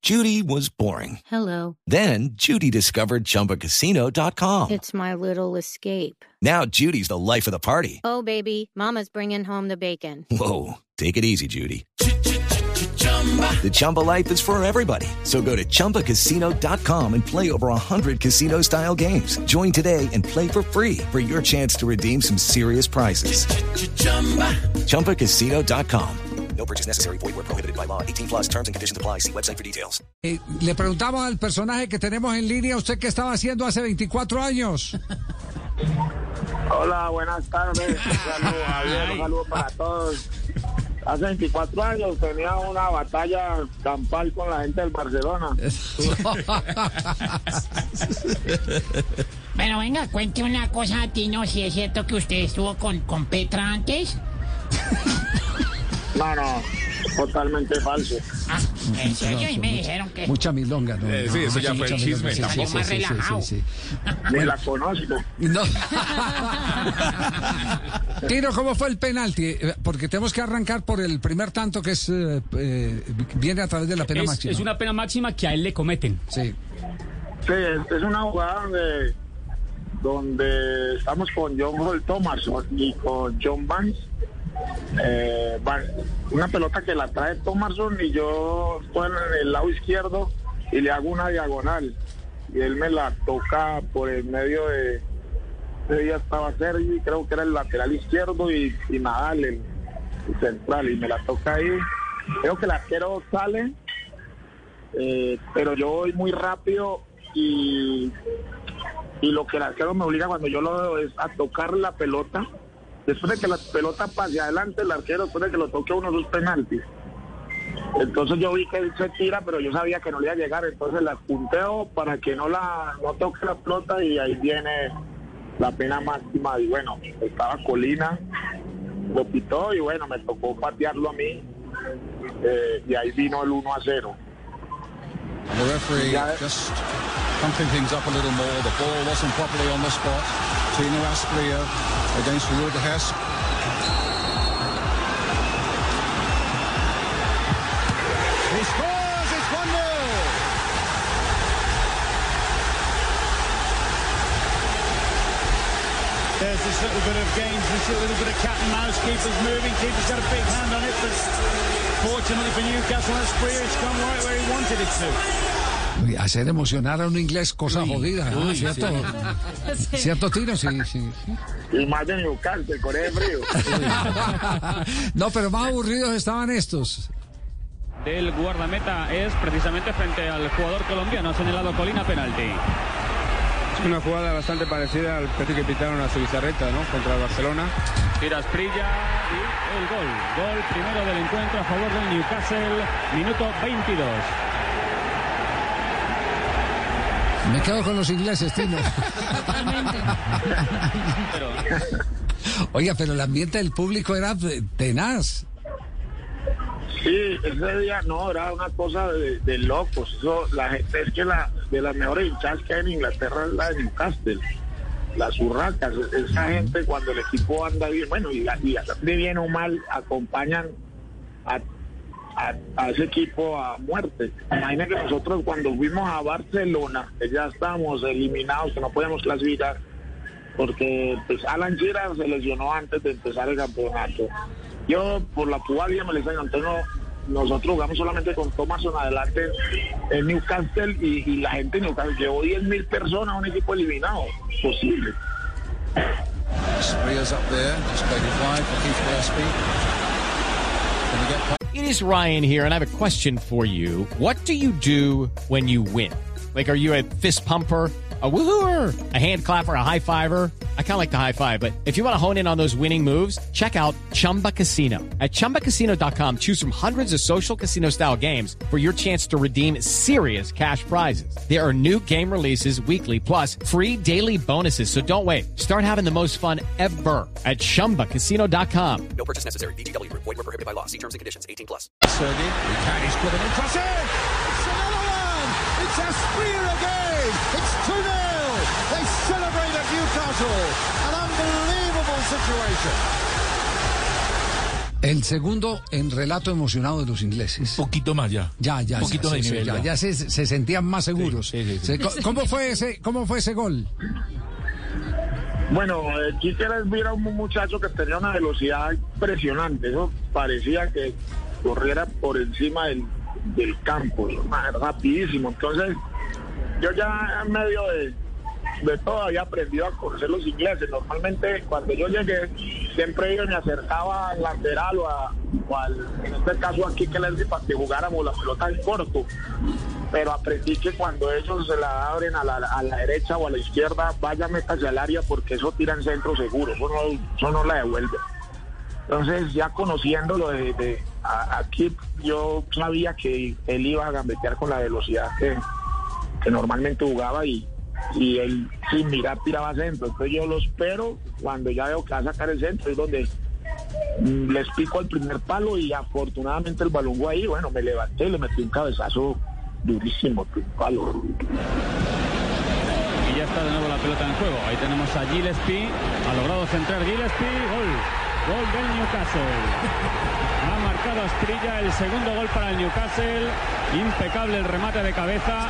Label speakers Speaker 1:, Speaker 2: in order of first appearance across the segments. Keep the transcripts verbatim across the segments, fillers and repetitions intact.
Speaker 1: Judy was boring.
Speaker 2: Hello.
Speaker 1: Then Judy discovered Chumba Casino dot com.
Speaker 2: It's my little escape.
Speaker 1: Now Judy's the life of the party.
Speaker 2: Oh, baby, mama's bringing home the bacon.
Speaker 1: Whoa, take it easy, Judy. The Chumba life is for everybody. So go to Chumba Casino dot com and play over one hundred casino-style games. Join today and play for free for your chance to redeem some serious prizes. Chumba Casino dot com. No purchase necessary. Void where prohibited by law. eighteen plus terms and conditions apply. See website for details.
Speaker 3: Eh, le preguntamos al personaje que tenemos en línea, ¿usted qué estaba haciendo hace veinticuatro años?
Speaker 4: Hola, buenas tardes. Un saludo, Javier, un saludo para todos. Hace veinticuatro años tenía una batalla campal con la gente del Barcelona.
Speaker 5: Pero venga, cuente una cosa a ti, ¿no? Si es cierto que usted estuvo con, con Petra antes.
Speaker 4: No, no, totalmente falso.
Speaker 5: Ah, en serio, y me dijeron que...
Speaker 3: Mucha milonga, ¿no?
Speaker 6: Eh, sí, eso ya fue el chisme.
Speaker 3: Sí,
Speaker 5: Algo
Speaker 3: sí,
Speaker 5: más
Speaker 3: sí,
Speaker 5: relajado.
Speaker 3: sí, sí, sí.
Speaker 4: Me la conozco.
Speaker 3: No. Tino, ¿cómo fue el penalti? Porque tenemos que arrancar por el primer tanto que es eh, eh, viene a través de la pena
Speaker 7: es,
Speaker 3: máxima.
Speaker 7: Es una pena máxima que a él le cometen.
Speaker 3: Sí.
Speaker 4: Sí, es, es una jugada donde, donde estamos con John Holt Thomason y con John Vance. Eh, una pelota que la trae Thomason y yo estoy en el lado izquierdo y le hago una diagonal y él me la toca por el medio de... Ese día estaba Sergi, creo que era el lateral izquierdo y, y Nadal el, el central y me la toca ahí. Creo que el arquero sale, eh, pero yo voy muy rápido y, y lo que el arquero me obliga cuando yo lo veo es a tocar la pelota. Después de que la pelota pase adelante, el arquero, después de que lo toque uno dos penaltis. Entonces yo vi que él se tira, pero yo sabía que no le iba a llegar, entonces la punteo para que no la no toque la pelota y ahí viene la pena máxima. Y bueno, estaba Colina, lo pitó y bueno, me tocó patearlo a mí eh, y ahí vino el uno a cero.
Speaker 8: The referee
Speaker 4: ya,
Speaker 8: just pumping things up a little more. The ball wasn't properly on the spot. Tino Asprilla against Ruud Hess. He scores! It's one nil!
Speaker 9: There's this little bit of games, this little bit of cat and mouse. Keeper's moving, keeper's got a big hand on it, but fortunately for Newcastle, Asprilla, it's gone right where he wanted it to.
Speaker 3: Uy, hacer emocionar a un inglés, cosa
Speaker 7: Uy,
Speaker 3: jodida, ¿no?
Speaker 7: uy,
Speaker 3: ¿Cierto?
Speaker 7: sí.
Speaker 3: ¿Cierto, Tino? Sí, sí, sí.
Speaker 4: Y más de Newcastle, Corea de Frío.
Speaker 3: No, pero más aburridos estaban estos.
Speaker 7: Del guardameta es precisamente frente al jugador colombiano, ha señalado Colina, penalti.
Speaker 10: Es una jugada bastante parecida al que pitaron a Zubizarreta, ¿no? Contra el Barcelona.
Speaker 7: Tira Asprilla y el gol. Gol primero del encuentro a favor del Newcastle, minuto veintidós.
Speaker 3: Me quedo con los ingleses, Tino.
Speaker 2: Totalmente.
Speaker 7: Pero,
Speaker 3: Oiga, pero el ambiente del público era tenaz.
Speaker 4: Sí, ese día no, era una cosa de, de locos. Eso, la gente, es que la de las mejores hinchadas que hay en Inglaterra es la de Newcastle, las urracas. Esa gente cuando el equipo anda bien, bueno, y, y de bien o mal, acompañan a, a, a ese equipo a muerte. Imaginen que nosotros cuando fuimos a Barcelona, que ya estábamos eliminados, que no podíamos clasificar, porque pues Alan Shearer se lesionó antes de empezar el campeonato. Yo por la pubalgia me les entonces no, nosotros jugamos solamente con Thomason adelante en Newcastle y, y la gente en Newcastle llevó diez mil personas a un equipo eliminado. Posible.
Speaker 8: Asprilla's up there, just played it wide for Keith Gillespie.
Speaker 11: It is Ryan here, and I have a question for you. What do you do when you win? Like, are you a fist pumper, a woohooer, a hand clapper, a high fiver? I kind of like the high five, but if you want to hone in on those winning moves, check out Chumba Casino. At Chumba Casino dot com, choose from hundreds of social casino-style games for your chance to redeem serious cash prizes. There are new game releases weekly, plus free daily bonuses, so don't wait. Start having the most fun ever at Chumba Casino dot com.
Speaker 1: No purchase necessary. V G W. Void where prohibited by law. See terms and conditions. eighteen plus.
Speaker 8: Sergei, he carries Quibbin and crosses! It's another one! It's Asprilla again! It's two nil! They celebrate at Newcastle! An unbelievable situation!
Speaker 3: El segundo en relato emocionado de los ingleses.
Speaker 6: Un poquito más ya.
Speaker 3: Ya, ya.
Speaker 6: Un poquito
Speaker 3: ya,
Speaker 6: de
Speaker 3: sí,
Speaker 6: nivel.
Speaker 3: sí, ya,
Speaker 6: ya.
Speaker 3: ya se, se sentían más seguros.
Speaker 6: Sí, sí, sí, sí.
Speaker 3: Se, ¿Cómo fue ese, cómo fue ese gol?
Speaker 4: Bueno, eh, Quique Lesby era un muchacho que tenía una velocidad impresionante. Eso parecía que corriera por encima del, del campo, rapidísimo. Entonces, yo ya en medio de, de todo había aprendido a conocer los ingleses. Normalmente, cuando yo llegué, siempre yo me acercaba al lateral o, a, o al, en este caso aquí que les di para que jugáramos la pelota en corto. Pero aprendí que cuando ellos se la abren a la, a la derecha o a la izquierda, vaya, métase al área porque eso tira en centro seguro, eso no, eso no la devuelve. Entonces, ya conociéndolo de, de a, aquí, yo sabía que él iba a gambetear con la velocidad que, que normalmente jugaba y y él sin mirar tiraba centro. Entonces yo lo espero, cuando ya veo que va a sacar el centro es donde mm, les pico al primer palo y afortunadamente el balón fue ahí. Bueno, me levanté y le metí un cabezazo durísimo, un palo.
Speaker 7: Y ya está de nuevo la pelota en juego. Ahí tenemos a Gillespie, ha logrado centrar Gillespie, gol, gol del Newcastle. Ha marcado Asprilla el segundo gol para el Newcastle, impecable el remate de cabeza.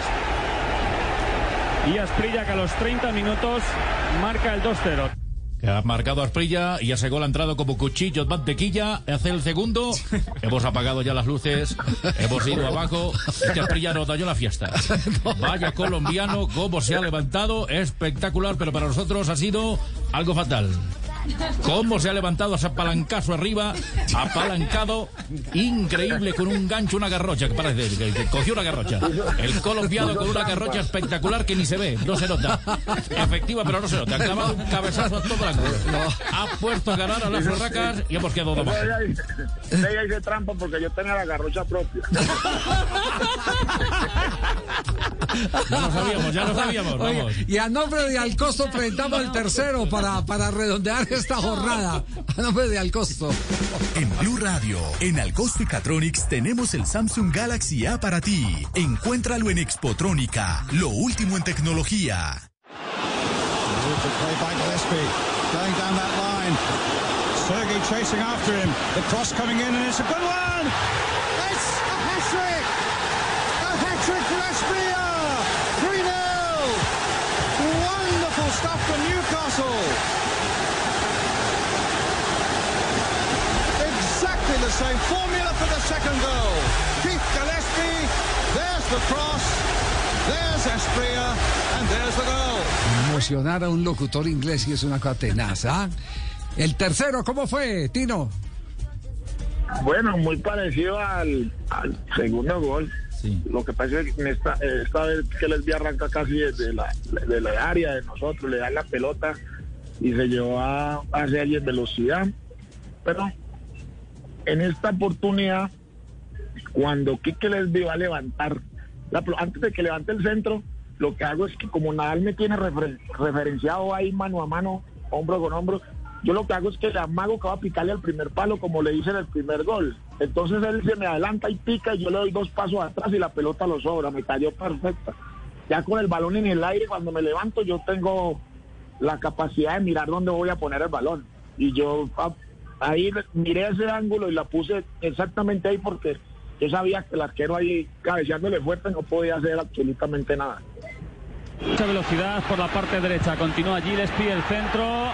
Speaker 7: Y Asprilla que a los treinta minutos marca el dos cero.
Speaker 6: Que ha marcado Asprilla y ese gol ha entrado como cuchillo de mantequilla. Hace el segundo. Hemos apagado ya las luces. Hemos ido abajo. Este Asprilla nos dañó la fiesta. Vaya colombiano, cómo se ha levantado. Espectacular, pero para nosotros ha sido algo fatal. Cómo se ha levantado ese palancazo arriba, apalancado, increíble, con un gancho, una garrocha, que parece que, que cogió una garrocha. El colombiano con una garrocha espectacular que ni se ve, no se nota. Efectiva, pero no se nota. Ha clavado un cabezazo a todo el ángulo. Ha puesto a ganar a las Urracas y hemos quedado abajo.
Speaker 4: Ella hice trampa porque yo tenía la garrocha propia.
Speaker 6: Ya lo sabíamos, ya lo sabíamos. Vamos.
Speaker 3: Oye, y a nombre de Alcosto presentamos el tercero para, para redondear esta jornada. A nombre de Alcosto.
Speaker 12: En Blue Radio, en Alcosto y Catronics tenemos el Samsung Galaxy A para ti. Encuéntralo en Expotrónica, lo último en tecnología.
Speaker 8: Going down that line. Sergei chasing after him. The cross coming in and it's a good one. It's a hat-trick. A hat-trick for Asprilla. three nil. Wonderful stuff from Newcastle. Exactly the same formula for the second goal. Keith Gillespie. There's the cross. There's Asprilla. And there's the goal.
Speaker 3: Emocionar a un locutor inglés y es una cosa tenaz, ¿ah? El tercero, ¿cómo fue, Tino?
Speaker 4: Bueno, muy parecido al, al segundo gol. Sí. Lo que pasa es que en esta, esta vez que Lesby arranca casi desde la, de la área de nosotros, le da la pelota y se llevó a, a serie en velocidad. Pero en esta oportunidad, cuando Quique Lesby va a levantar, la, antes de que levante el centro, lo que hago es que como Nadal me tiene refer, referenciado ahí mano a mano, hombro con hombro, yo lo que hago es que le amago que va a picarle al primer palo como le hice en el primer gol. Entonces él se me adelanta y pica y yo le doy dos pasos atrás y la pelota lo sobra, me cayó perfecta. Ya con el balón en el aire, cuando me levanto, yo tengo la capacidad de mirar dónde voy a poner el balón. Y yo ahí miré ese ángulo y la puse exactamente ahí porque yo sabía que el arquero ahí cabeceándole fuerte no podía hacer absolutamente nada.
Speaker 7: Mucha velocidad por la parte derecha, continúa Gillespie, el centro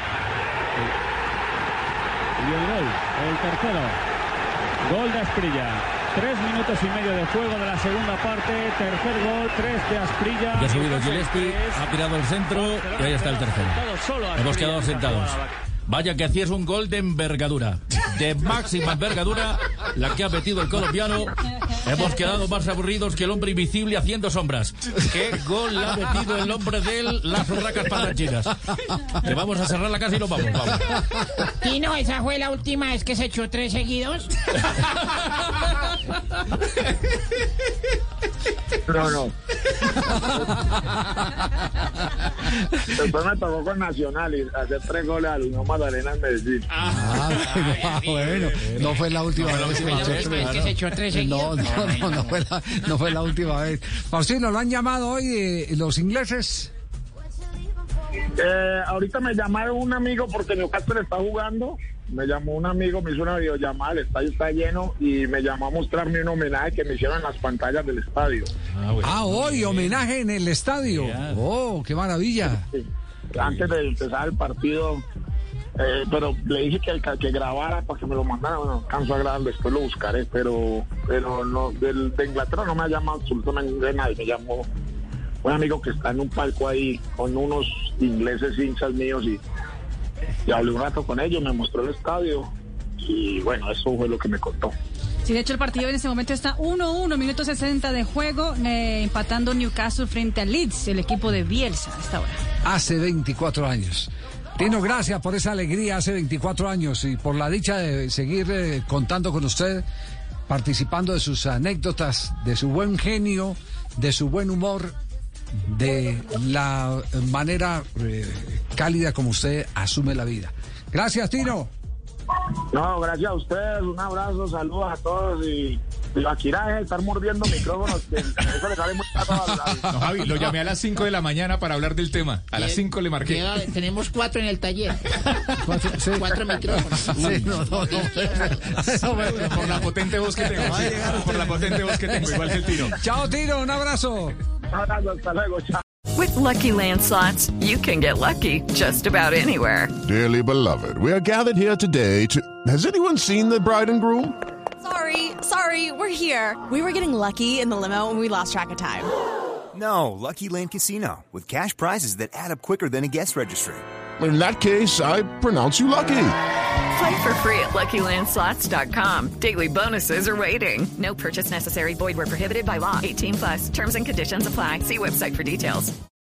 Speaker 7: y el gol, el tercero, gol de Asprilla. Tres minutos y medio de juego de la segunda parte, tercer gol, tres de Asprilla.
Speaker 6: Ya ha subido Gillespie, ha tirado el centro y ahí está el tercero. Hemos quedado sentados. Vaya que así es un gol de envergadura, de máxima envergadura, la que ha metido el colombiano. Hemos quedado más aburridos que el hombre invisible haciendo sombras. ¿Qué gol ha metido el hombre de las Urracas parlanchinas? Que vamos a cerrar la casa y nos vamos, vamos.
Speaker 5: Tino, ¿esa fue la última vez que se echó tres seguidos?
Speaker 4: No, no. Después me tocó con Nacional y hacer tres goles al Unión Magdalena en Medellín.
Speaker 3: Ah, bueno, no fue la última vez que,
Speaker 5: vez que se echó tres seguidos.
Speaker 3: No, no, no, no, fue la, no fue la última vez. Faustino, ¿lo han llamado hoy eh, los ingleses?
Speaker 4: Eh, ahorita me llamaron un amigo porque Newcastle está jugando me llamó un amigo, me hizo una videollamada, el estadio está lleno y me llamó a mostrarme un homenaje que me hicieron en las pantallas del estadio.
Speaker 3: Ah, bueno. Ah, hoy, homenaje en el estadio. Yeah. Oh, qué maravilla.
Speaker 4: Sí. Antes de empezar el partido, eh, pero le dije que, que grabara para que me lo mandara. Bueno, alcanzo a grabar, después lo buscaré, pero pero no, del, de Inglaterra no me ha llamado absolutamente nadie. Me llamó un amigo que está en un palco ahí con unos ingleses hinchas míos y, y hablé un rato con ellos, me mostró el estadio y bueno, eso fue lo que me contó.
Speaker 13: Sí, de hecho el partido en este momento está uno uno, minuto sesenta de juego, eh, empatando Newcastle frente al Leeds, el equipo de Bielsa a esta hora.
Speaker 3: Hace veinticuatro años. Tino, gracias por esa alegría hace veinticuatro años y por la dicha de seguir eh, contando con usted, participando de sus anécdotas, de su buen genio, de su buen humor, de la manera eh, cálida como usted asume la vida. Gracias, Tino.
Speaker 4: No, gracias a ustedes, un abrazo, saludos a todos y, y aquí deje de estar mordiendo micrófonos, que eso le sale muy caro a la...
Speaker 14: No, Javi, lo llamé a las cinco de la mañana para hablar del tema, a las cinco le marqué.
Speaker 5: Llega, tenemos cuatro en el taller.
Speaker 3: Cuatro, sí.
Speaker 5: Cuatro micrófonos.
Speaker 3: Sí, no, no, no.
Speaker 14: Por la potente voz que tengo, sí, por la potente voz que tengo, igual que el Tino.
Speaker 3: Chao, Tino, un abrazo.
Speaker 4: Un abrazo, hasta luego, chao.
Speaker 15: With Lucky Land Slots, you can get lucky just about anywhere.
Speaker 16: Dearly beloved, we are gathered here today to... Has anyone seen the bride and groom?
Speaker 17: Sorry, sorry, we're here. We were getting lucky in the limo and we lost track of time.
Speaker 18: No, Lucky Land Casino, with cash prizes that add up quicker than a guest registry.
Speaker 16: In that case, I pronounce you lucky.
Speaker 15: Play for free at Lucky Land Slots dot com. Daily bonuses are waiting. No purchase necessary. Void where prohibited by law. eighteen plus. Terms and conditions apply. See website for details.